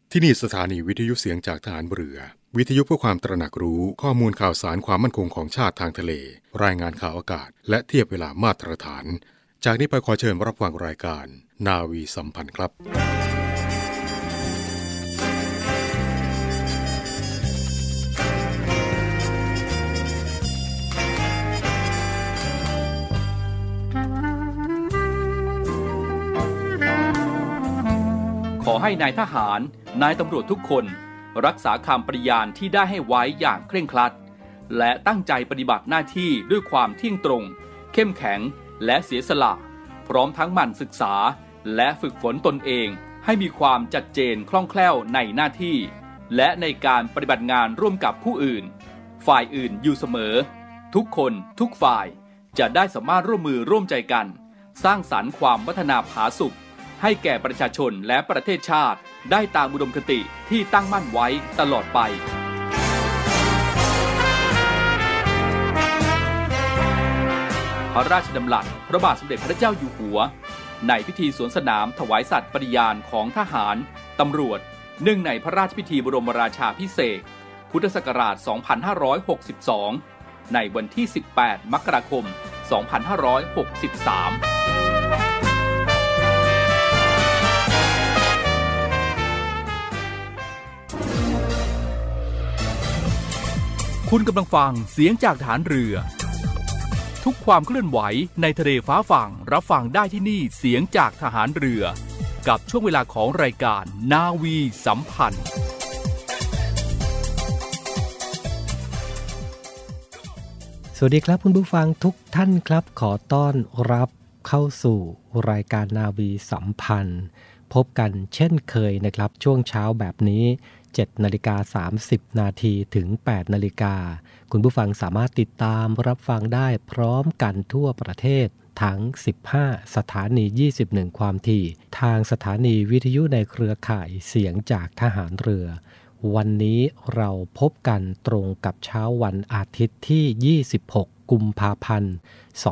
ที่นี่สถานีวิทยุเสียงจากทหารเรือวิทยุเพื่อความตระหนักรู้ข้อมูลข่าวสารความมั่นคงของชาติทางทะเลรายงานข่าวอากาศและเทียบเวลามาตรฐานจากนี้ไปขอเชิญรับฟังรายการนาวีสัมพันธ์ครับขอให้นายทหารนายตำรวจทุกคนรักษาคำปฏิญาณที่ได้ให้ไว้อย่างเคร่งครัดและตั้งใจปฏิบัติหน้าที่ด้วยความเที่ยงตรงเข้มแข็งและเสียสละพร้อมทั้งหมั่นศึกษาและฝึกฝนตนเองให้มีความชัดเจนคล่องแคล่วในหน้าที่และในการปฏิบัติงานร่วมกับผู้อื่นฝ่ายอื่นอยู่เสมอทุกคนทุกฝ่ายจะได้สามารถร่วมมือร่วมใจกันสร้างสรรค์ความพัฒนาผาสุกให้แก่ประชาชนและประเทศชาติได้ตามอุดมคติที่ตั้งมั่นไว้ตลอดไปพระราชดำรัสพระบาทสมเด็จพระเจ้าอยู่หัวในพิธีสวนสนามถวายสัตย์ปฏิญาณของทหารตำรวจเนื่องในพระราชพิธีบรมราชาภิเษกพุทธศักราช 2562 ในวันที่ 18 มกราคม 2563คุณกำลังฟังเสียงจากฐานเรือทุกความเคลื่อนไหวในทะเลฟ้าฝั่งรับฟังได้ที่นี่เสียงจากทหารเรือกับช่วงเวลาของรายการนาวีสัมพันธ์สวัสดีครับคุณผู้ฟังทุกท่านครับขอต้อนรับเข้าสู่รายการนาวีสัมพันธ์พบกันเช่นเคยนะครับช่วงเช้าแบบนี้7:30 นาทีถึง 8 นาฬิกาคุณผู้ฟังสามารถติดตามรับฟังได้พร้อมกันทั่วประเทศทั้ง15สถานี21ความถี่ทางสถานีวิทยุในเครือข่ายเสียงจากทหารเรือวันนี้เราพบกันตรงกับเช้าวันอาทิตย์ที่26กุมภาพันธ์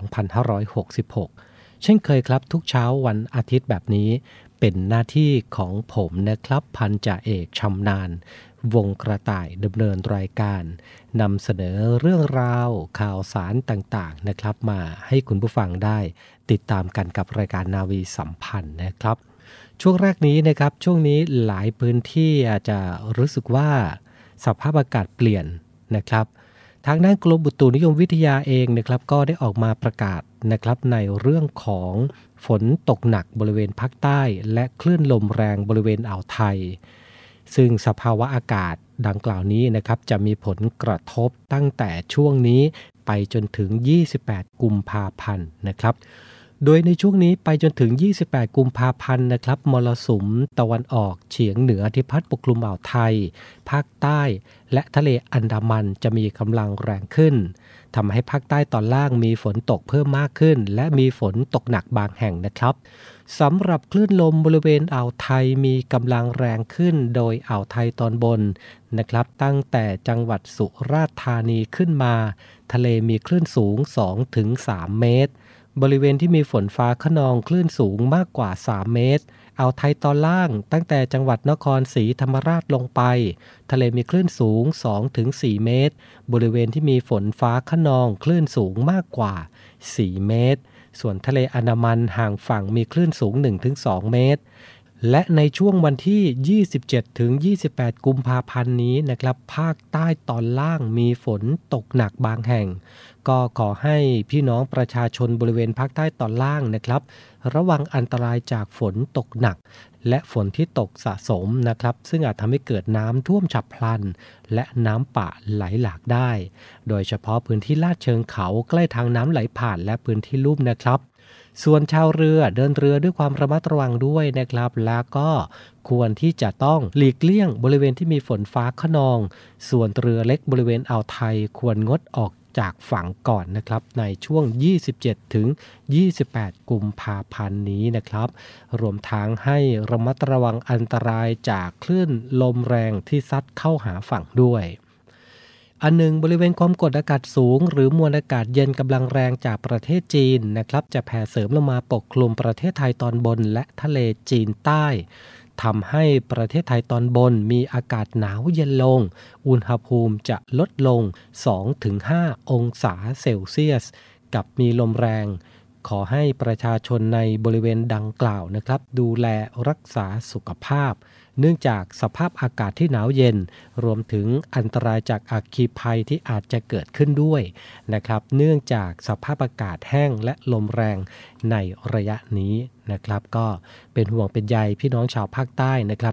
2566เช่นเคยครับทุกเช้าวันอาทิตย์แบบนี้เป็นหน้าที่ของผมนะครับพันจ่าเอกชำนาญวงกระต่ายดำเนินรายการนำเสนอเรื่องราวข่าวสารต่างๆนะครับมาให้คุณผู้ฟังได้ติดตามกันกับรายการนาวีสัมพันธ์นะครับช่วงแรกนี้นะครับช่วงนี้หลายพื้นที่อาจจะรู้สึกว่าสภาพอากาศเปลี่ยนนะครับทางด้านกรมอุตุนิยมวิทยาเองนะครับก็ได้ออกมาประกาศนะครับในเรื่องของฝนตกหนักบริเวณภาคใต้และคลื่นลมแรงบริเวณอ่าวไทยซึ่งสภาวะอากาศดังกล่าวนี้นะครับจะมีผลกระทบตั้งแต่ช่วงนี้ไปจนถึง28กุมภาพันธ์นะครับโดยในช่วงนี้ไปจนถึง28กุมภาพันธ์นะครับมรสุมตะวันออกเฉียงเหนือที่พัดปกคลุมอ่าวไทยภาคใต้และทะเลอันดามันจะมีกำลังแรงขึ้นทำให้ภาคใต้ตอนล่างมีฝนตกเพิ่มมากขึ้นและมีฝนตกหนักบางแห่งนะครับสำหรับคลื่นลมบริเวณอ่าวไทยมีกำลังแรงขึ้นโดยอ่าวไทยตอนบนนะครับตั้งแต่จังหวัดสุราษฎร์ธานีขึ้นมาทะเลมีคลื่นสูง 2-3 เมตรบริเวณที่มีฝนฟ้าคะนองคลื่นสูงมากกว่า3เมตรอ่าวไทยตอนล่างตั้งแต่จังหวัดนครศรีธรรมราชลงไปทะเลมีคลื่นสูง 2-4 เมตรบริเวณที่มีฝนฟ้าคะนองคลื่นสูงมากกว่า4เมตรส่วนทะเลอันดามันห่างฝั่งมีคลื่นสูง 1-2 เมตรและในช่วงวันที่27-28กุมภาพันธ์นี้นะครับภาคใต้ตอนล่างมีฝนตกหนักบางแห่งก็ขอให้พี่น้องประชาชนบริเวณภาคใต้ตอนล่างนะครับระวังอันตรายจากฝนตกหนักและฝนที่ตกสะสมนะครับซึ่งอาจทำให้เกิดน้ำท่วมฉับพลันและน้ำป่าไหลหลากได้โดยเฉพาะพื้นที่ลาดเชิงเขาใกล้ทางน้ำไหลผ่านและพื้นที่ลุ่มนะครับส่วนชาวเรือเดินเรือด้วยความระมัดระวังด้วยนะครับแล้วก็ควรที่จะต้องหลีกเลี่ยงบริเวณที่มีฝนฟ้าคะนองส่วนเรือเล็กบริเวณอ่าวไทยควรงดออกจากฝั่งก่อนนะครับในช่วง27-28กุมภาพันธ์นี้นะครับรวมทั้งให้ระมัดระวังอันตรายจากคลื่นลมแรงที่ซัดเข้าหาฝั่งด้วย อันหนึ่งบริเวณความกดอากาศสูงหรือมวลอากาศเย็นกำลังแรงจากประเทศจีนนะครับจะแผ่เสริมลงมาปกคลุมประเทศไทยตอนบนและทะเลจีนใต้ทำให้ประเทศไทยตอนบนมีอากาศหนาวเย็นลงอุณหภูมิจะลดลง 2-5 องศาเซลเซียสกับมีลมแรงขอให้ประชาชนในบริเวณดังกล่าวนะครับดูแลรักษาสุขภาพเนื่องจากสภาพอากาศที่หนาวเย็นรวมถึงอันตรายจากอัคคีภัยที่อาจจะเกิดขึ้นด้วยนะครับเนื่องจากสภาพอากาศแห้งและลมแรงในระยะนี้นะครับก็เป็นห่วงเป็นใยพี่น้องชาวภาคใต้นะครับ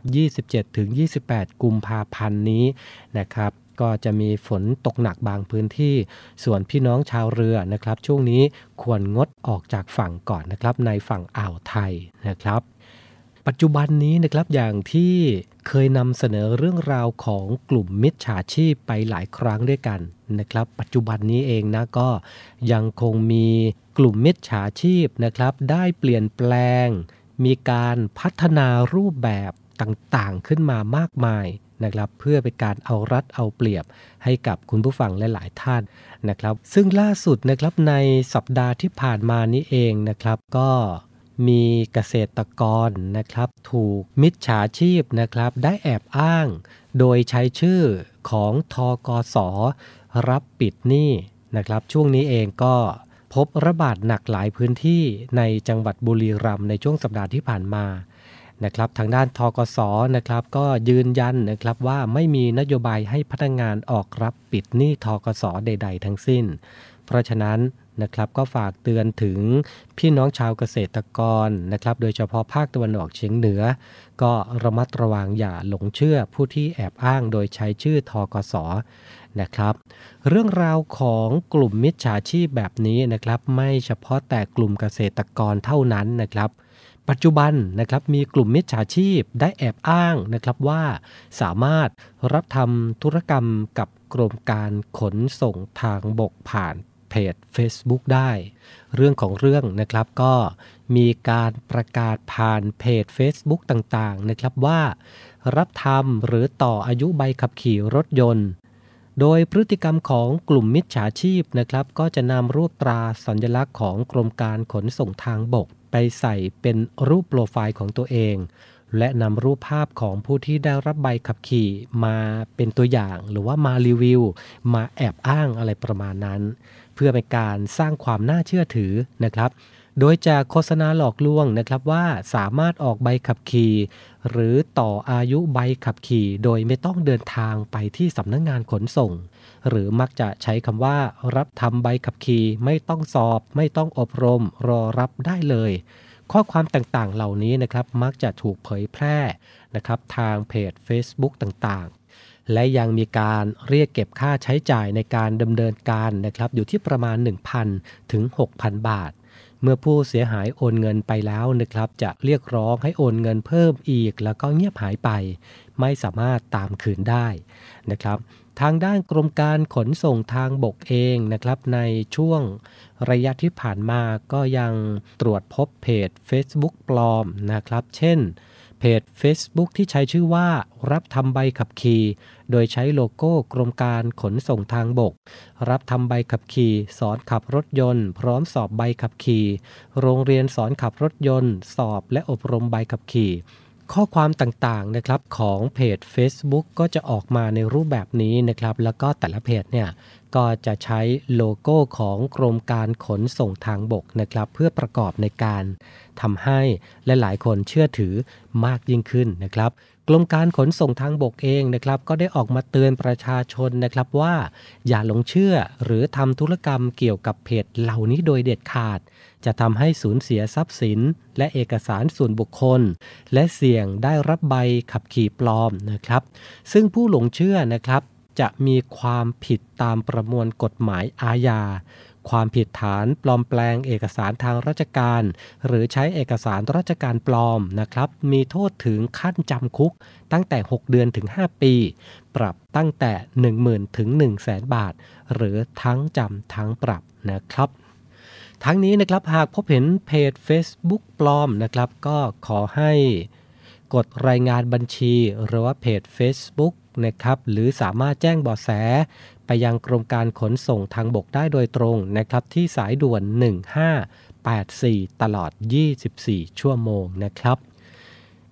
27-28 กุมภาพันธ์นี้นะครับก็จะมีฝนตกหนักบางพื้นที่ส่วนพี่น้องชาวเรือนะครับช่วงนี้ควรงดออกจากฝั่งก่อนนะครับในฝั่งอ่าวไทยนะครับปัจจุบันนี้นะครับอย่างที่เคยนำเสนอเรื่องราวของกลุ่มมิจฉาชีพไปหลายครั้งด้วยกันนะครับปัจจุบันนี้เองนะก็ยังคงมีกลุ่มมิจฉาชีพนะครับได้เปลี่ยนแปลงมีการพัฒนารูปแบบต่างๆขึ้นมามากมายนะครับเพื่อเป็นการเอารัดเอาเปรียบให้กับคุณผู้ฟังหลายๆท่านนะครับซึ่งล่าสุดนะครับในสัปดาห์ที่ผ่านมานี้เองนะครับก็มีเกษตรกรนะครับถูกมิจฉาชีพนะครับได้แอบอ้างโดยใช้ชื่อของธกส.รับปิดหนี้นะครับช่วงนี้เองก็พบระบาดหนักหลายพื้นที่ในจังหวัดบุรีรัมย์ในช่วงสัปดาห์ที่ผ่านมานะครับทางด้านธกส.นะครับก็ยืนยันนะครับว่าไม่มีนโยบายให้พนักงานออกรับปิดหนี้ธกส.ใดๆทั้งสิ้นเพราะฉะนั้นนะครับก็ฝากเตือนถึงพี่น้องชาวเกษตรกรนะครับโดยเฉพาะภาคตะวันออกเฉียงเหนือก็ระมัดระวังอย่าหลงเชื่อผู้ที่แอบอ้างโดยใช้ชื่อธกส.นะครับเรื่องราวของกลุ่มมิจฉาชีพแบบนี้นะครับไม่เฉพาะแต่กลุ่มเกษตรกรเท่านั้นนะครับปัจจุบันนะครับมีกลุ่มมิจฉาชีพได้แอบอ้างนะครับว่าสามารถรับทำธุรกรรมกับกรมการขนส่งทางบกผ่านเพจ Facebook ได้เรื่องของเรื่องนะครับก็มีการประกาศผ่านเพจ Facebook ต่างๆนะครับว่ารับทำหรือต่ออายุใบขับขี่รถยนต์โดยพฤติกรรมของกลุ่มมิจฉาชีพนะครับก็จะนำรูปตราสัญลักษณ์ของกรมการขนส่งทางบกไปใส่เป็นรูปโปรไฟล์ของตัวเองและนำรูปภาพของผู้ที่ได้รับใบขับขี่มาเป็นตัวอย่างหรือว่ามารีวิวมาแอบอ้างอะไรประมาณนั้นเพื่อเป็นการสร้างความน่าเชื่อถือนะครับโดยจะโฆษณาหลอกลวงนะครับว่าสามารถออกใบขับขี่หรือต่ออายุใบขับขี่โดยไม่ต้องเดินทางไปที่สำนักงานขนส่งหรือมักจะใช้คำว่ารับทำใบขับขี่ไม่ต้องสอบไม่ต้องอบรมรอรับได้เลยข้อความต่างๆเหล่านี้นะครับมักจะถูกเผยแพร่นะครับทางเพจ Facebook ต่างๆและยังมีการเรียกเก็บค่าใช้จ่ายในการดำเนินการนะครับอยู่ที่ประมาณ 1,000 ถึง 6,000 บาทเมื่อผู้เสียหายโอนเงินไปแล้วนะครับจะเรียกร้องให้โอนเงินเพิ่มอีกแล้วก็เงียบหายไปไม่สามารถตามคืนได้นะครับทางด้านกรมการขนส่งทางบกเองนะครับในช่วงระยะที่ผ่านมาก็ยังตรวจพบเพจ Facebook ปลอมนะครับเช่นเพจ Facebook ที่ใช้ชื่อว่ารับทำใบขับขี่โดยใช้โลโก้กรมการขนส่งทางบกรับทำใบขับขี่สอนขับรถยนต์พร้อมสอบใบขับขี่โรงเรียนสอนขับรถยนต์สอบและอบรมใบขับขี่ข้อความต่างๆนะครับของเพจ Facebook ก็จะออกมาในรูปแบบนี้นะครับแล้วก็แต่ละเพจเนี่ยก็จะใช้โลโก้ของกรมการขนส่งทางบกนะครับเพื่อประกอบในการทำให้หลายๆคนเชื่อถือมากยิ่งขึ้นนะครับกรมการขนส่งทางบกเองนะครับก็ได้ออกมาเตือนประชาชนนะครับว่าอย่าหลงเชื่อหรือทำธุรกรรมเกี่ยวกับเพจเหล่านี้โดยเด็ดขาดจะทำให้สูญเสียทรัพย์สินและเอกสารส่วนบุคคลและเสี่ยงได้รับใบขับขี่ปลอมนะครับซึ่งผู้หลงเชื่อนะครับจะมีความผิดตามประมวลกฎหมายอาญาความผิดฐานปลอมแปลงเอกสารทางราชการหรือใช้เอกสารราชการปลอมนะครับมีโทษถึงขั้นจำคุกตั้งแต่6เดือนถึง5ปีปรับตั้งแต่ 10,000 ถึง 100,000 บาทหรือทั้งจำทั้งปรับนะครับทั้งนี้นะครับหากพบเห็นเพจ Facebook ปลอมนะครับก็ขอให้กดรายงานบัญชีหรือว่าเพจ Facebook นะครับหรือสามารถแจ้งเบาะแสไปยังกรมการขนส่งทางบกได้โดยตรงนะครับที่สายด่วน1584ตลอด24ชั่วโมงนะครับ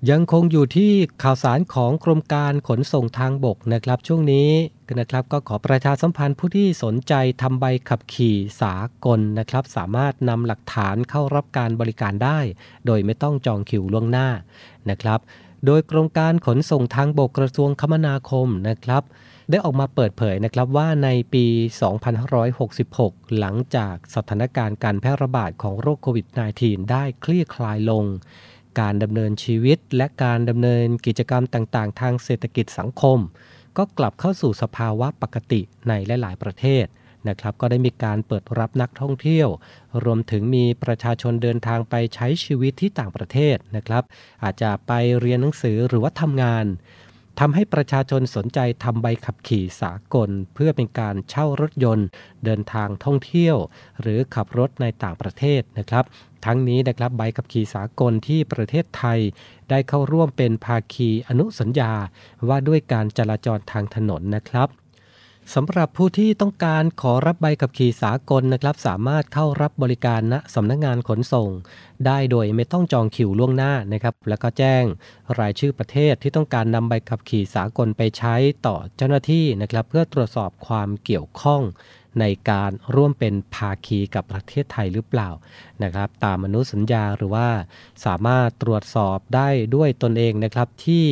ยังคงอยู่ที่ข่าวสารของกรมการขนส่งทางบกนะครับช่วงนี้นะครับก็ขอประชาสัมพันธ์ผู้ที่สนใจทำใบขับขี่สากลนะครับสามารถนำหลักฐานเข้ารับการบริการได้โดยไม่ต้องจองคิวล่วงหน้านะครับโดยกรมการขนส่งทางบกกระทรวงคมนาคมนะครับได้ออกมาเปิดเผยนะครับว่าในปี 2566 หลังจากสถานการณ์การแพร่ระบาดของโรคโควิด -19 ได้คลี่คลายลงการดำเนินชีวิตและการดำเนินกิจกรรมต่างๆทางเศรษฐกิจสังคมก็กลับเข้าสู่สภาวะปกติในหลายๆประเทศนะครับก็ได้มีการเปิดรับนักท่องเที่ยวรวมถึงมีประชาชนเดินทางไปใช้ชีวิตที่ต่างประเทศนะครับอาจจะไปเรียนหนังสือหรือว่าทำงานทำให้ประชาชนสนใจทำใบขับขี่สากลเพื่อเป็นการเช่ารถยนต์เดินทางท่องเที่ยวหรือขับรถในต่างประเทศนะครับทั้งนี้นะครับใบขับขี่สากลที่ประเทศไทยได้เข้าร่วมเป็นภาคีอนุสัญญาว่าด้วยการจราจรทางถนนนะครับสำหรับผู้ที่ต้องการขอรับใบขับขี่สากลนะครับสามารถเข้ารับบริการณสำนักงานขนส่งได้โดยไม่ต้องจองคิวล่วงหน้านะครับแล้วก็แจ้งรายชื่อประเทศที่ต้องการนำใบขับขี่สากลไปใช้ต่อเจ้าหน้าที่นะครับเพื่อตรวจสอบความเกี่ยวข้องในการร่วมเป็นภาคีกับประเทศไทยหรือเปล่านะครับตามอนุสัญญาหรือว่าสามารถตรวจสอบได้ด้วยตนเองนะครับที่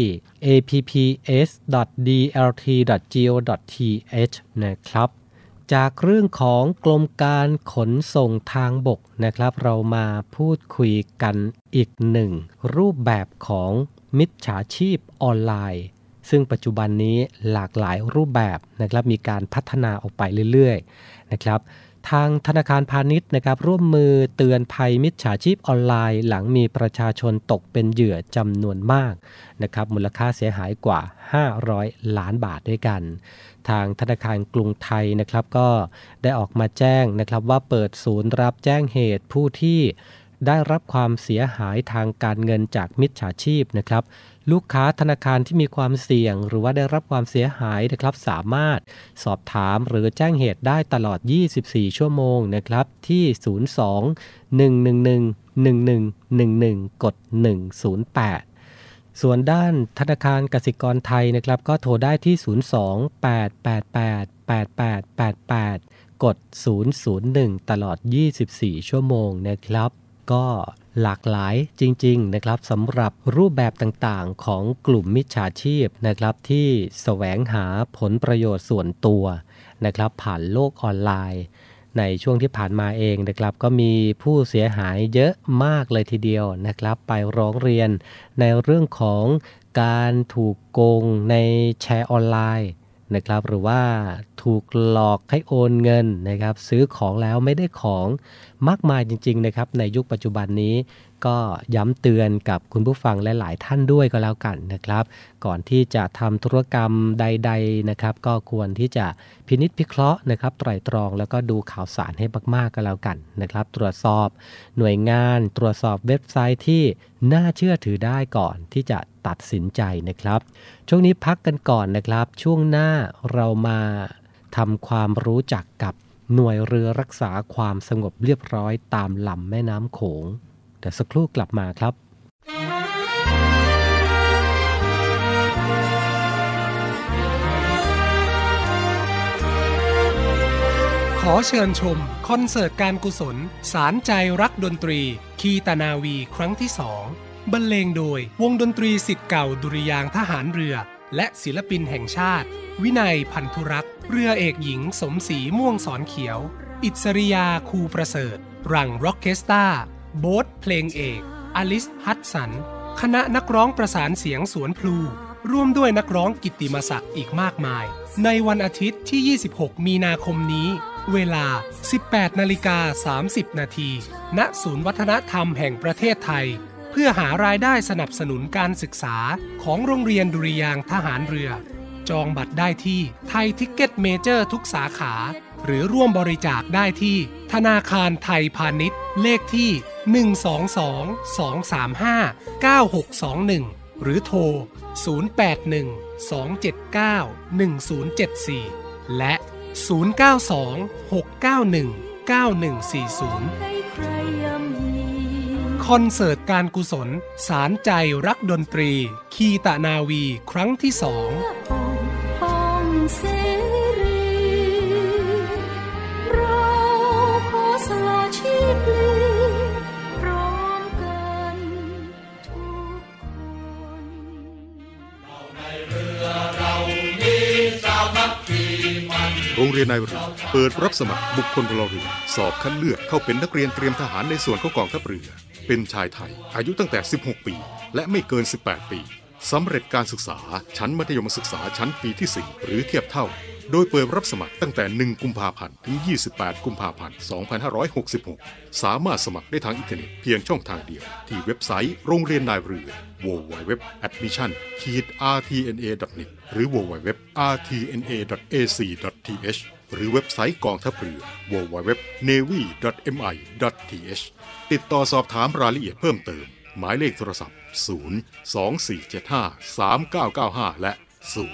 apps.dlt.go.th นะครับจากเรื่องของกรมการขนส่งทางบกนะครับเรามาพูดคุยกันอีกหนึ่งรูปแบบของมิจฉาชีพออนไลน์ซึ่งปัจจุบันนี้หลากหลายรูปแบบนะครับมีการพัฒนาออกไปเรื่อยๆนะครับทางธนาคารพาณิชย์นะครับร่วมมือเตือนภัยมิจฉาชีพออนไลน์หลังมีประชาชนตกเป็นเหยื่อจำนวนมากนะครับมูลค่าเสียหายกว่า500ล้านบาทด้วยกันทางธนาคารกรุงไทยนะครับก็ได้ออกมาแจ้งนะครับว่าเปิดศูนย์รับแจ้งเหตุผู้ที่ได้รับความเสียหายทางการเงินจากมิจฉาชีพนะครับลูกค้าธนาคารที่มีความเสี่ยงหรือว่าได้รับความเสียหายนะครับสามารถสอบถามหรือแจ้งเหตุได้ตลอด24ชั่วโมงนะครับที่02-111-1111กด108ส่วนด้านธนาคารกสิกรไทยนะครับก็โทรได้ที่02-888-8888กด001ตลอด24ชั่วโมงนะครับก็หลากหลายจริงๆนะครับสำหรับรูปแบบต่างๆของกลุ่มมิจฉาชีพนะครับที่แสวงหาผลประโยชน์ส่วนตัวนะครับผ่านโลกออนไลน์ในช่วงที่ผ่านมาเองนะครับก็มีผู้เสียหายเยอะมากเลยทีเดียวนะครับไปร้องเรียนในเรื่องของการถูกโกงในแชร์ออนไลน์นะครับหรือว่าถูกหลอกให้โอนเงินนะครับซื้อของแล้วไม่ได้ของมากมายจริงๆนะครับในยุคปัจจุบันนี้ก็ย้ำเตือนกับคุณผู้ฟังและหลายท่านด้วยก็แล้วกันนะครับก่อนที่จะทำธุรกรรมใดๆนะครับก็ควรที่จะพินิจพิเคราะห์นะครับไตร่ตรองแล้วก็ดูข่าวสารให้มากๆก็แล้วกันนะครับตรวจสอบหน่วยงานตรวจสอบเว็บไซต์ที่น่าเชื่อถือได้ก่อนที่จะตัดสินใจนะครับช่วงนี้พักกันก่อนนะครับช่วงหน้าเรามาทำความรู้จักกับหน่วยเรือรักษาความสงบเรียบร้อยตามลำแม่น้ำโขงเดี๋ยวสักครู่กลับมาครับขอเชิญชมคอนเสิร์ตการกุศลสารใจรักดนตรีคีตนาวีครั้งที่2บรรเลงโดยวงดนตรีศิษย์เก่าดุริยางค์ทหารเรือและศิลปินแห่งชาติวินัยพันธุรักษ์เรือเอกหญิงสมศรีม่วงสอนเขียวอิสริยาคูประเสริฐรังร็อกเคสตาโบ๊ทเพลงเอกอลิสฮัตสันคณะนักร้องประสานเสียงสวนพลูร่วมด้วยนักร้องกิตติมศักดิ์อีกมากมายในวันอาทิตย์ที่26มีนาคมนี้เวลา 18:30 น.ณ ศูนย์วัฒนธรรมแห่งประเทศไทยเพื่อหารายได้สนับสนุนการศึกษาของโรงเรียนดุริยางค์ทหารเรือจองบัตรได้ที่ไทยทิกเก็ตเมเจอร์ทุกสาขาหรือร่วมบริจาคได้ที่ธนาคารไทยพาณิชย์เลขที่ 122-235-9621 หรือโทร 081-279-1074 และ 092-691-9140 ขคอนเสิร์ตการกุศลสารใจรักดนตรีคีตนาวีครั้งที่2 โรงเรียนนายเรือเปิดรับสมัครบุคคลพลเรือนสอบคัดเลือกเข้าเป็นนักเรียนเตรียมทหารในส่วนของกองทัพเรือเป็นชายไทยอายุตั้งแต่16ปีและไม่เกิน18ปีสำเร็จการศึกษาชั้นมัธยมศึกษาชั้นปีที่4หรือเทียบเท่าโดยเปิดรับสมัครตั้งแต่1กุมภาพันธ์ถึง28กุมภาพันธ์2566สามารถสมัครได้ทางอินเทอร์เน็ตเพียงช่องทางเดียวที่เว็บไซต์โรงเรียนนายเรือ www.admission-rtna.net หรือ www.rtna.ac.th หรือเว็บไซต์กองทัพเรือ www.navy.mi.th ติดต่อสอบถามรายละเอียดเพิ่มเติมหมายเลขโทรศัพท์024753995และ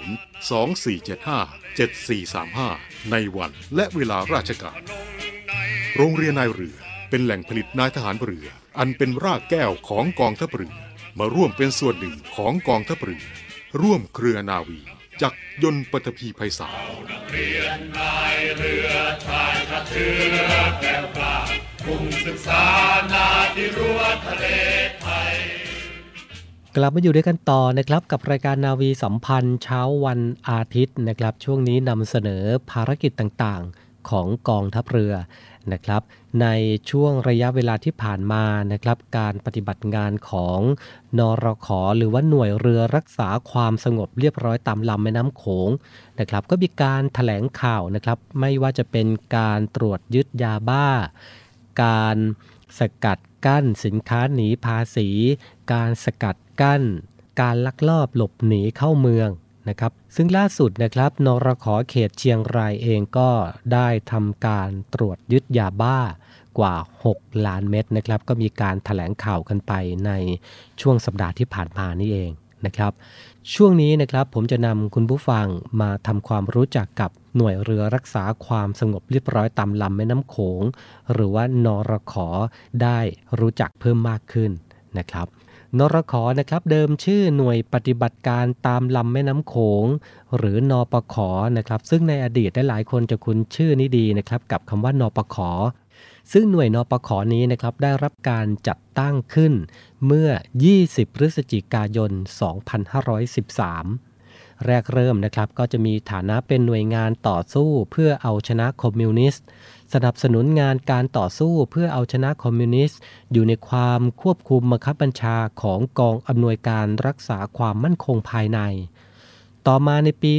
024757435ในวันและเวลาราชการโรงเรียนนายเรือเป็นแหล่งผลิตนายทหารเรืออันเป็นรากแก้วของกองทัพเรือมาร่วมเป็นส่วนหนึ่งของกองทัพเรือร่วมเครือนาวีจักรยนต์ปฐพีไพศาลนักเรียนนายเรือชายทะเทือแก้วกล้ามุ่งศึกษานาที่รั้วทะเลไทยกลับมาอยู่ด้วยกันต่อนะครับกับรายการนาวีสัมพันธ์เช้าวันอาทิตย์นะครับช่วงนี้นำเสนอภารกิจต่างๆของกองทัพเรือนะครับในช่วงระยะเวลาที่ผ่านมานะครับการปฏิบัติงานของนรข.หรือว่าหน่วยเรือรักษาความสงบเรียบร้อยตามลำแม่น้ำโขงนะครับก็มีการแถลงข่าวนะครับไม่ว่าจะเป็นการตรวจยึดยาบ้าการสกัดกั้นสินค้าหนีภาษีการสกัดกั้นการลักลอบหลบหนีเข้าเมืองนะครับซึ่งล่าสุดนะครับนรข.เขตเชียงรายเองก็ได้ทำการตรวจยึดยาบ้ากว่า6ล้านเม็ดนะครับก็มีการแถลงข่าวกันไปในช่วงสัปดาห์ที่ผ่านมานี่เองนะครับช่วงนี้นะครับผมจะนำคุณผู้ฟังมาทำความรู้จักกับหน่วยเรือรักษาความสงบเรียบร้อยตามลำแม่น้ำโขงหรือว่านรข.ได้รู้จักเพิ่มมากขึ้นนะครับนรข.นะครับเดิมชื่อหน่วยปฏิบัติการตามลำแม่น้ำโขงหรือนปข.นะครับซึ่งในอดีตหลายคนจะคุ้นชื่อนี้ดีนะครับกับคำว่านปข.ซึ่งหน่วยนปข.นี้นะครับได้รับการจัดตั้งขึ้นเมื่อ20พฤศจิกายน2513แรกเริ่มนะครับก็จะมีฐานะเป็นหน่วยงานต่อสู้เพื่อเอาชนะคอมมิวนิสต์สนับสนุนงานการต่อสู้เพื่อเอาชนะคอมมิวนิสต์อยู่ในความควบคุมบังคับบัญชาของกองอำนวยการรักษาความมั่นคงภายในต่อมาในปี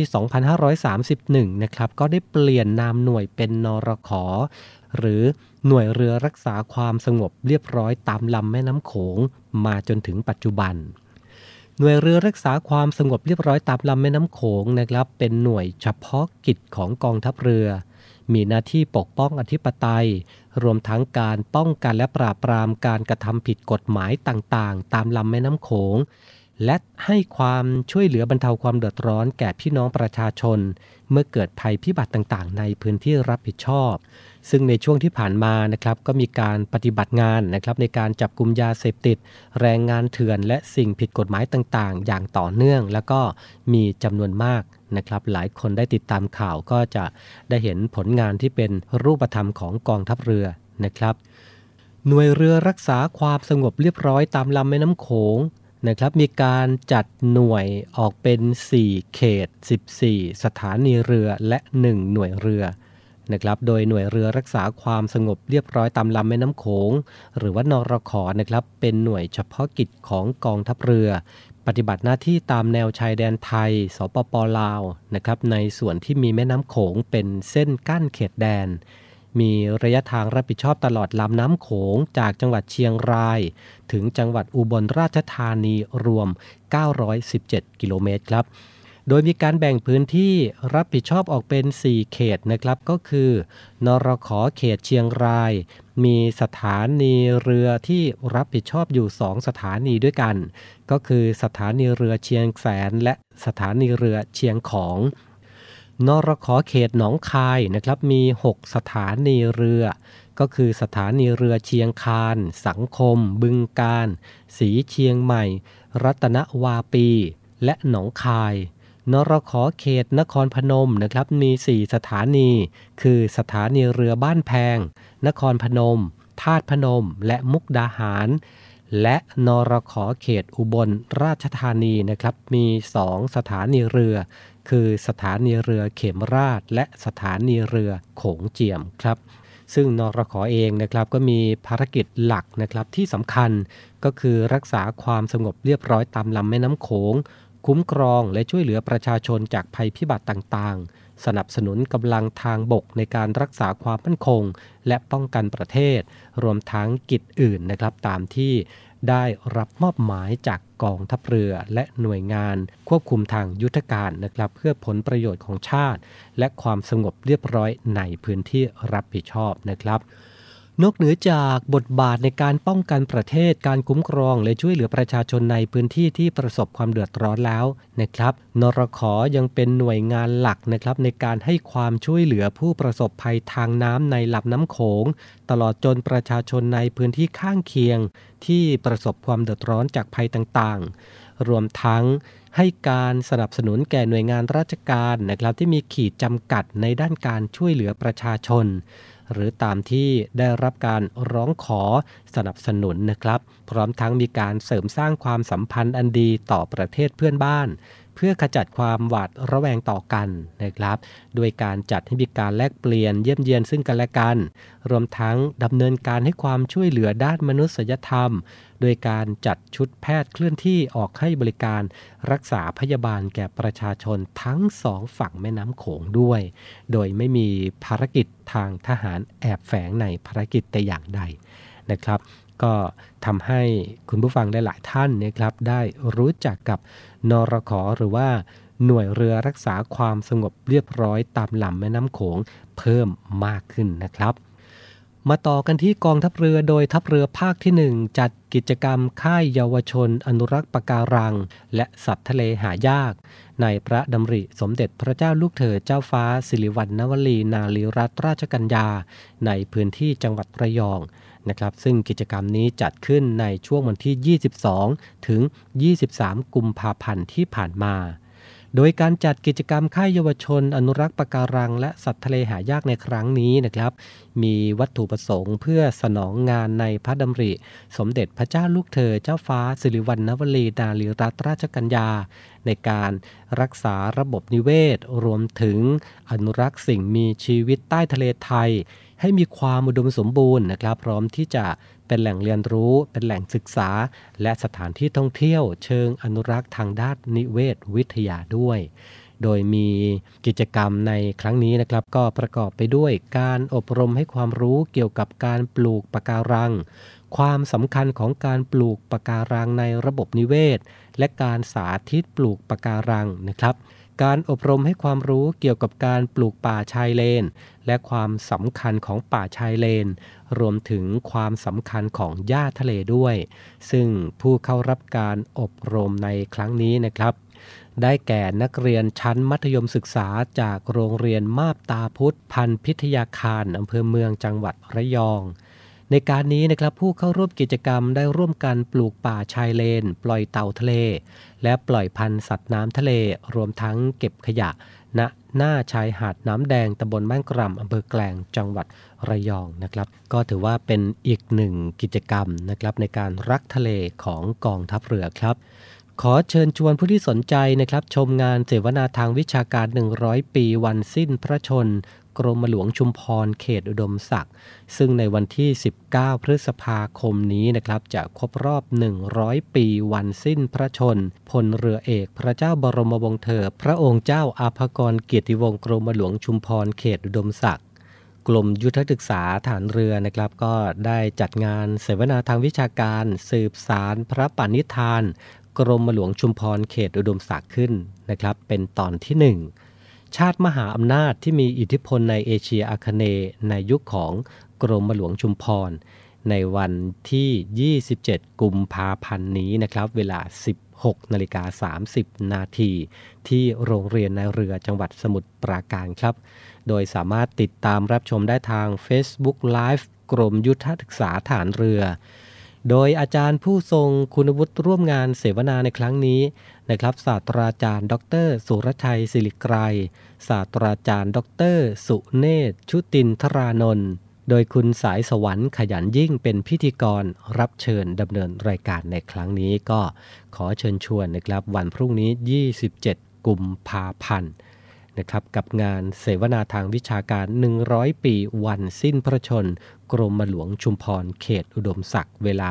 2531 นะครับก็ได้เปลี่ยนนามหน่วยเป็นนรข.หรือหน่วยเรือรักษาความสงบเรียบร้อยตามลำแม่น้ำโขงมาจนถึงปัจจุบันหน่วยเรือรักษาความสงบเรียบร้อยตามลำแม่น้ำโขงนะครับเป็นหน่วยเฉพาะกิจของกองทัพเรือมีหน้าที่ปกป้องอธิปไตยรวมทั้งการป้องกันและปราบปรามการกระทำผิดกฎหมายต่างๆตามลำแม่น้ำโขงและให้ความช่วยเหลือบรรเทาความเดือดร้อนแก่พี่น้องประชาชนเมื่อเกิดภัยพิบัติต่างๆในพื้นที่รับผิดชอบซึ่งในช่วงที่ผ่านมานะครับก็มีการปฏิบัติงานนะครับในการจับกุมยาเสพติดแรงงานเถื่อนและสิ่งผิดกฎหมายต่างๆอย่างต่อเนื่องแล้วก็มีจำนวนมากนะครับหลายคนได้ติดตามข่าวก็จะได้เห็นผลงานที่เป็นรูปธรรมของกองทัพเรือนะครับหน่วยเรือรักษาความสงบเรียบร้อยตามลำแม่น้ำโขงนะครับมีการจัดหน่วยออกเป็น4เขต14สถานีเรือและ1หน่วยเรือนะครับโดยหน่วยเรือรักษาความสงบเรียบร้อยตามลำแม่น้ำโขงหรือว่านรข.นะครับเป็นหน่วยเฉพาะกิจของกองทัพเรือปฏิบัติหน้าที่ตามแนวชายแดนไทยสปป.ลาวนะครับในส่วนที่มีแม่น้ำโขงเป็นเส้นกั้นเขตแดนมีระยะทางรับผิดชอบตลอดลำน้ำโขงจากจังหวัดเชียงรายถึงจังหวัดอุบลราชธานีรวม917กิโลเมตรครับโดยมีการแบ่งพื้นที่รับผิดชอบออกเป็น4เขตนะครับก็คือนรข.เขตเชียงรายมีสถานีเรือที่รับผิดชอบอยู่2สถานีด้วยกันก็คือสถานีเรือเชียงแสนและสถานีเรือเชียงของนรข.เขตหนองคายนะครับมี6สถานีเรือก็คือสถานีเรือเชียงคานสังคมบึงกาฬศรีเชียงใหม่รัตนวาปีและหนองคายนรข.เขตนครพนมนะครับมี4สถานีคือสถานีเรือบ้านแพงนครพนมธาตุพนมและมุกดาหารและนรข.เขตอุบลราชธานีนะครับมี2สถานีเรือคือสถานีเรือเขมราชและสถานีเรือโขงเจียมครับซึ่งนรข.เองนะครับก็มีภารกิจหลักนะครับที่สำคัญก็คือรักษาความสงบเรียบร้อยตามลำแม่น้ำโขงคุ้มครองและช่วยเหลือประชาชนจากภัยพิบัติต่างๆสนับสนุนกำลังทางบกในการรักษาความมั่นคงและป้องกันประเทศรวมทั้งกิจอื่นนะครับตามที่ได้รับมอบหมายจากกองทัพเรือและหน่วยงานควบคุมทางยุทธการนะครับเพื่อผลประโยชน์ของชาติและความสงบเรียบร้อยในพื้นที่รับผิดชอบนะครับนอกเหนือจากบทบาทในการป้องกันประเทศการคุ้มครองและช่วยเหลือประชาชนในพื้นที่ที่ประสบความเดือดร้อนแล้วนะครับนรข.ยังเป็นหน่วยงานหลักนะครับในการให้ความช่วยเหลือผู้ประสบภัยทางน้ำในลำน้ำโขงตลอดจนประชาชนในพื้นที่ข้างเคียงที่ประสบความเดือดร้อนจากภัยต่างๆรวมทั้งให้การสนับสนุนแก่หน่วยงานราชการนะครับที่มีขีดจำกัดในด้านการช่วยเหลือประชาชนหรือตามที่ได้รับการร้องขอสนับสนุนนะครับพร้อมทั้งมีการเสริมสร้างความสัมพันธ์อันดีต่อประเทศเพื่อนบ้านเพื่อขจัดความหวาดระแวงต่อกันนะครับโดยการจัดให้มีการแลกเปลี่ยนเยี่ยมเยียนซึ่งกันและกันรวมทั้งดำเนินการให้ความช่วยเหลือด้านมนุษยธรรมโดยการจัดชุดแพทย์เคลื่อนที่ออกให้บริการรักษาพยาบาลแก่ประชาชนทั้ง2ฝั่งแม่น้ำโขงด้วยโดยไม่มีภารกิจทางทหารแอบแฝงในภารกิจแต่อย่างใดนะครับก็ทำให้คุณผู้ฟังได้หลายท่านนะครับได้รู้จักกับนรข.หรือว่าหน่วยเรือรักษาความสงบเรียบร้อยตามลำแม่น้ำโขงเพิ่มมากขึ้นนะครับมาต่อกันที่กองทัพเรือโดยทัพเรือภาคที่1จัดกิจกรรมค่ายเยาวชนอนุรักษ์ปะการังและสัตว์ทะเลหายากในพระดำริสมเด็จพระเจ้าลูกเธอเจ้าฟ้าสิริวัณณวลีนารีรัตนราชกัญญาในพื้นที่จังหวัดระยองนะครับซึ่งกิจกรรมนี้จัดขึ้นในช่วงวันที่22ถึง23กุมภาพันธ์ที่ผ่านมาโดยการจัดกิจกรรมค่ายเยาวชนอนุรักษ์ปะการังและสัตว์ทะเลหายากในครั้งนี้นะครับมีวัตถุประสงค์เพื่อสนองงานในพระดำริสมเด็จพระเจ้าลูกเธอเจ้าฟ้าสิริวัณณวลีนารีรัตนราชกัญญาในการรักษาระบบนิเวศรวมถึงอนุรักษ์สิ่งมีชีวิตใต้ทะเลไทยให้มีความอุดมสมบูรณ์นะครับพร้อมที่จะเป็นแหล่งเรียนรู้เป็นแหล่งศึกษาและสถานที่ท่องเที่ยวเชิงอนุรักษ์ทางด้านนิเวศวิทยาด้วยโดยมีกิจกรรมในครั้งนี้นะครับก็ประกอบไปด้วยการอบรมให้ความรู้เกี่ยวกับการปลูกปะการังความสำคัญของการปลูกปะการังในระบบนิเวศและการสาธิตปลูกปะการังนะครับการอบรมให้ความรู้เกี่ยวกับการปลูกป่าชายเลนและความสำคัญของป่าชายเลนรวมถึงความสำคัญของหญ้าทะเลด้วยซึ่งผู้เข้ารับการอบรมในครั้งนี้นะครับได้แก่นักเรียนชั้นมัธยมศึกษาจากโรงเรียนมาบตาพุธพันพิทยาคารอำเภอเมืองจังหวัดระยองในการนี้นะครับผู้เข้าร่วมกิจกรรมได้ร่วมกันปลูกป่าชายเลนปล่อยเต่าทะเลและปล่อยพันธุ์สัตว์น้ำทะเลรวมทั้งเก็บขยะณหน้าชายหาดน้ำแดงตำบลบ้านกร่ำอำเภอแกลงจังหวัดระยองนะครับก็ถือว่าเป็นอีกหนึ่งกิจกรรมนะครับในการรักทะเลของกองทัพเรือครับขอเชิญชวนผู้ที่สนใจนะครับชมงานเสวนาทางวิชาการ100ปีวันสิ้นพระชนกรมหลวงชุมพรเขตอุดมศักดิ์ซึ่งในวันที่19พฤษภาคมนี้นะครับจะครบรอบ100ปีวันสิ้นพระชนพลเรือเอกพระเจ้าบรมวงศ์เธอพระองค์เจ้าอาภากรเกียรติวงศ์กรมหลวงชุมพรเขตอุดมศักดิ์กรมยุทธศึกษาฐานเรือนะครับก็ได้จัดงานเสวนาทางวิชาการสืบสารพระปณิธานกรมหลวงชุมพรเขตอุดมศักดิ์ขึ้นนะครับเป็นตอนที่1ชาติมหาอำนาจที่มีอิทธิพลในเอเชียอาคเนย์ในยุคของกรมหลวงชุมพรในวันที่27กุมภาพันธ์นี้นะครับเวลา 16:30 นาทีที่โรงเรียนนายเรือจังหวัดสมุทรปราการครับโดยสามารถติดตามรับชมได้ทาง Facebook Live กรมยุทธศึกษาฐานเรือโดยอาจารย์ผู้ทรงคุณวุฒิร่วมงานเสวนาในครั้งนี้นะครับศาสตราจารย์ดร.สุรชัยศิริไกรศาสตราจารย์ดร.สุเนศชุตินทรานนท์โดยคุณสายสวรรค์ขยันยิ่งเป็นพิธีกรรับเชิญดำเนินรายการในครั้งนี้ก็ขอเชิญชวนนะครับวันพรุ่งนี้27 กุมภาพันธ์นะครับกับงานเสวนาทางวิชาการ100 ปีวันสิ้นพระชนม์กรมหลวงชุมพรเขตอุดมศักดิ์เวลา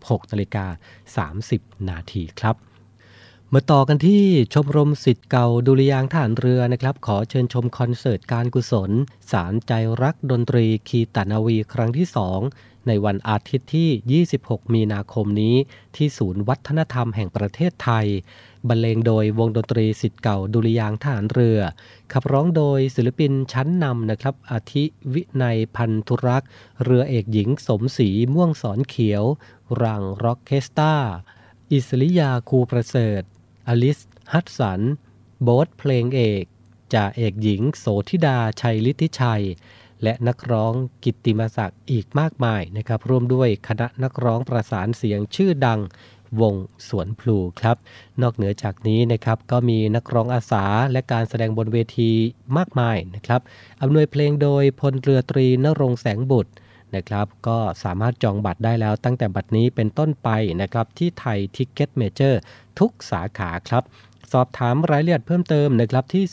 16:30 นาทีครับมาต่อกันที่ชมรมศิษย์เก่าดุริยางค์ทหารเรือนะครับขอเชิญชมคอนเสิร์ตการกุศลสารใจรักดนตรีคีตนาวีครั้งที่ 2ในวันอาทิตย์ที่26 มีนาคมนี้ที่ศูนย์วัฒนธรรมแห่งประเทศไทยบรรเลงโดยวงดนตรีศิษย์เก่าดุริยางค์ทหารเรือขับร้องโดยศิลปินชั้นนำนะครับอาทิวินัยพันธุรักษ์เรือเอกหญิงสมศรีม่วงสอนเขียวรังร็อกเคสตาอิสริยาคูประเสริฐอลิสฮัตสันโบ๊ทเพลงเอกจ่าเอกหญิงโสธิดาชัยฤทธิชัยและนักร้องกิตติมศักดิ์อีกมากมายนะครับร่วมด้วยคณะนักร้องประสานเสียงชื่อดังวงสวนพลูครับนอกเหนือจากนี้นะครับก็มีนักร้องอาสาและการแสดงบนเวทีมากมายนะครับอำนวยเพลงโดยพลเรือตรีณรงค์แสงบุตรนะครับก็สามารถจองบัตรได้แล้วตั้งแต่บัดนี้เป็นต้นไปนะครับที่ไทยทิกเก็ตเมเจอร์ทุกสาขาครับสอบถามรายละเอียดเพิ่มเติมนะครับที่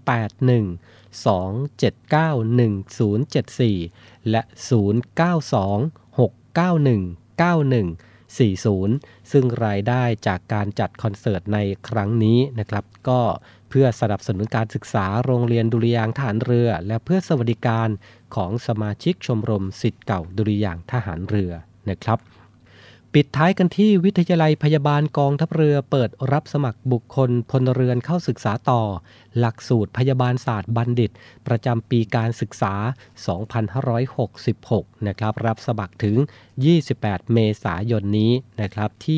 081-279-1074และ092-691-9140ซึ่งรายได้จากการจัดคอนเสิร์ตในครั้งนี้นะครับก็เพื่อสนับสนุนการศึกษาโรงเรียนดุริยางค์ทหารเรือและเพื่อสวัสดิการของสมาชิกชมรมศิษย์เก่าดุริยางค์ทหารเรือนะครับปิดท้ายกันที่วิทยาลัยพยาบาลกองทัพเรือเปิดรับสมัครบุคคลพลเรือนเข้าศึกษาต่อหลักสูตรพยาบาลศาสตร์บัณฑิตประจำปีการศึกษา 2566 นะครับรับสมัครถึง 28 เมษายนนี้นะครับที่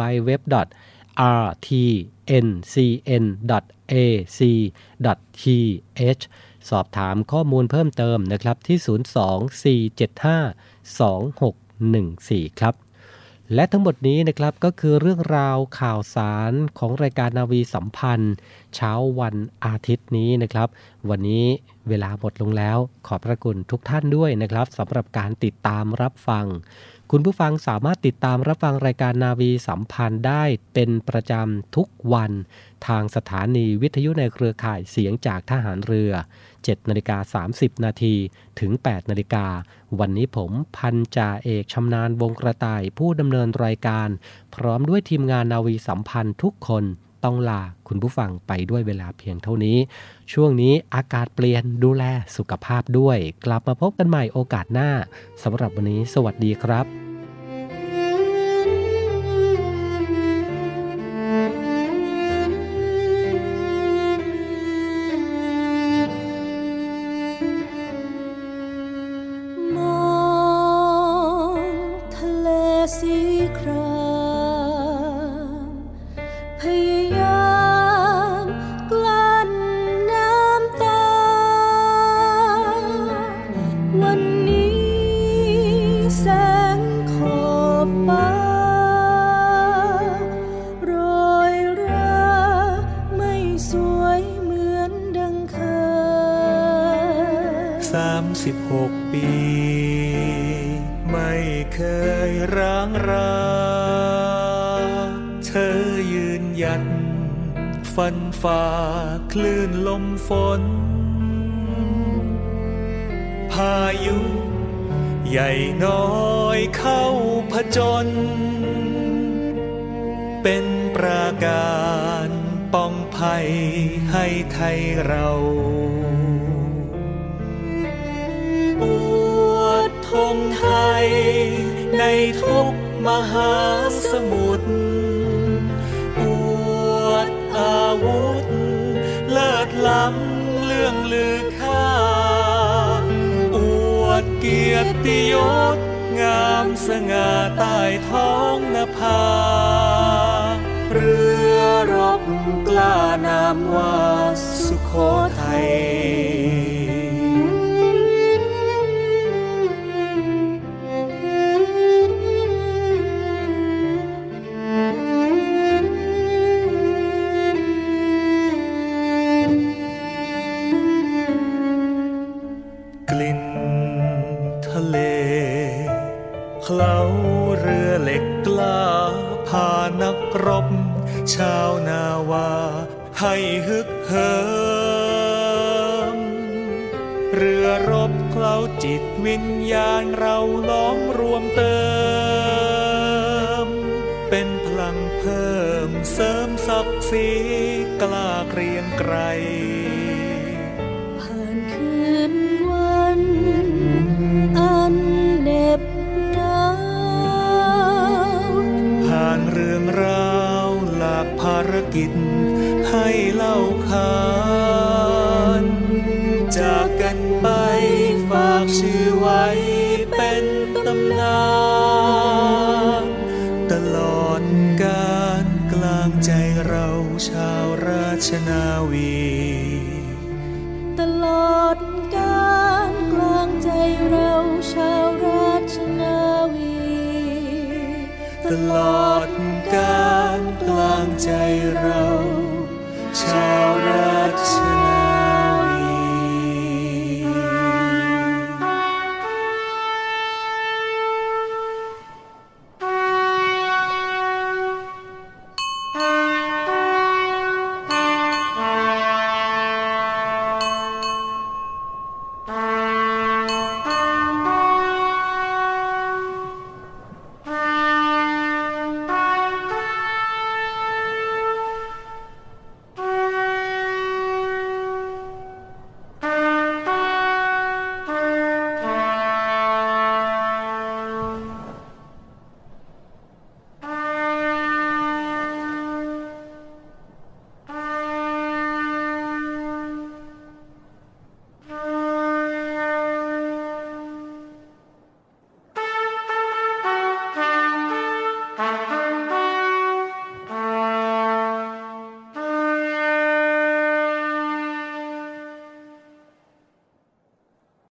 www.rtncn.ac.th สอบถามข้อมูลเพิ่มเติมนะครับที่ 02-475-2614 ครับและทั้งหมดนี้นะครับก็คือเรื่องราวข่าวสารของรายการนาวีสัมพันธ์เช้าวันอาทิตย์นี้นะครับวันนี้เวลาหมดลงแล้วขอบพระคุณทุกท่านด้วยนะครับสำหรับการติดตามรับฟังคุณผู้ฟังสามารถติดตามรับฟังรายการนาวีสัมพันธ์ได้เป็นประจำทุกวันทางสถานีวิทยุในเครือข่ายเสียงจากทหารเรือ 7:30 นาทีถึง 8 นาฬิกาวันนี้ผมพันจ่าเอกชำนาญวงกระต่ายผู้ดำเนินรายการพร้อมด้วยทีมงานนาวีสัมพันธ์ทุกคนต้องลาคุณผู้ฟังไปด้วยเวลาเพียงเท่านี้ช่วงนี้อากาศเปลี่ยนดูแลสุขภาพด้วยกลับมาพบกันใหม่โอกาสหน้าสำหรับวันนี้สวัสดีครับสีครามพยายามกลั้นน้ำตาวันนี้แสงขอบฟ้าโรยราไม่สวยเหมือนดังเคย 36 ปีไม่เคยร้างราเธอยืนหยัดฟันฝ่าคลื่นลมฝนพายุใหญ่น้อยเข้าผจญเป็นปราการป้องภัยให้ไทยเราธงไทยในทุกมหาสมุทรอวดอาวุธเลิศล้ำเรื่องลือค่าอวดเกียรติยศงามสง่าใต้ท้องนภาเรือกล้านามว่าสุโขทัยกลิ่นทะเลเคล้าเรือเหล็กกล้าพานักรบชาวนาวาให้ฮึกเหิมเรือรบเคล้าจิตวิญญาณเราล้อมรวมเติมเป็นพลังเพิ่มเสริมศักดิ์ศรีกล้าเกรียงไกรผ่านคืนวันอันเหน็บหนาวผ่านเรื่องราวหลากภารกิจให้เล่าขานจากกันไปฝากชื่อไว้เป็นตำนานตลอดกาลกลางใจเราชาวราชนาวีตลอดกาลกลางใจเราชาวราชนาวีตลอดกาลกลางใจ